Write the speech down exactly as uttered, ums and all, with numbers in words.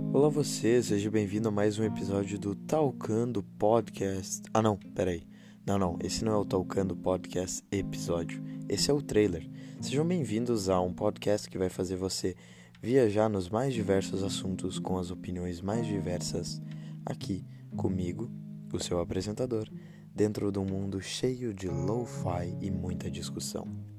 Olá você, seja bem-vindo a mais um episódio do Talkando Podcast. Ah não, peraí. Não, não, esse não é o Talkando Podcast episódio. Esse é o trailer. Sejam bem-vindos a um podcast que vai fazer você viajar nos mais diversos assuntos com as opiniões mais diversas aqui comigo, o seu apresentador, dentro de um mundo cheio de lo-fi e muita discussão.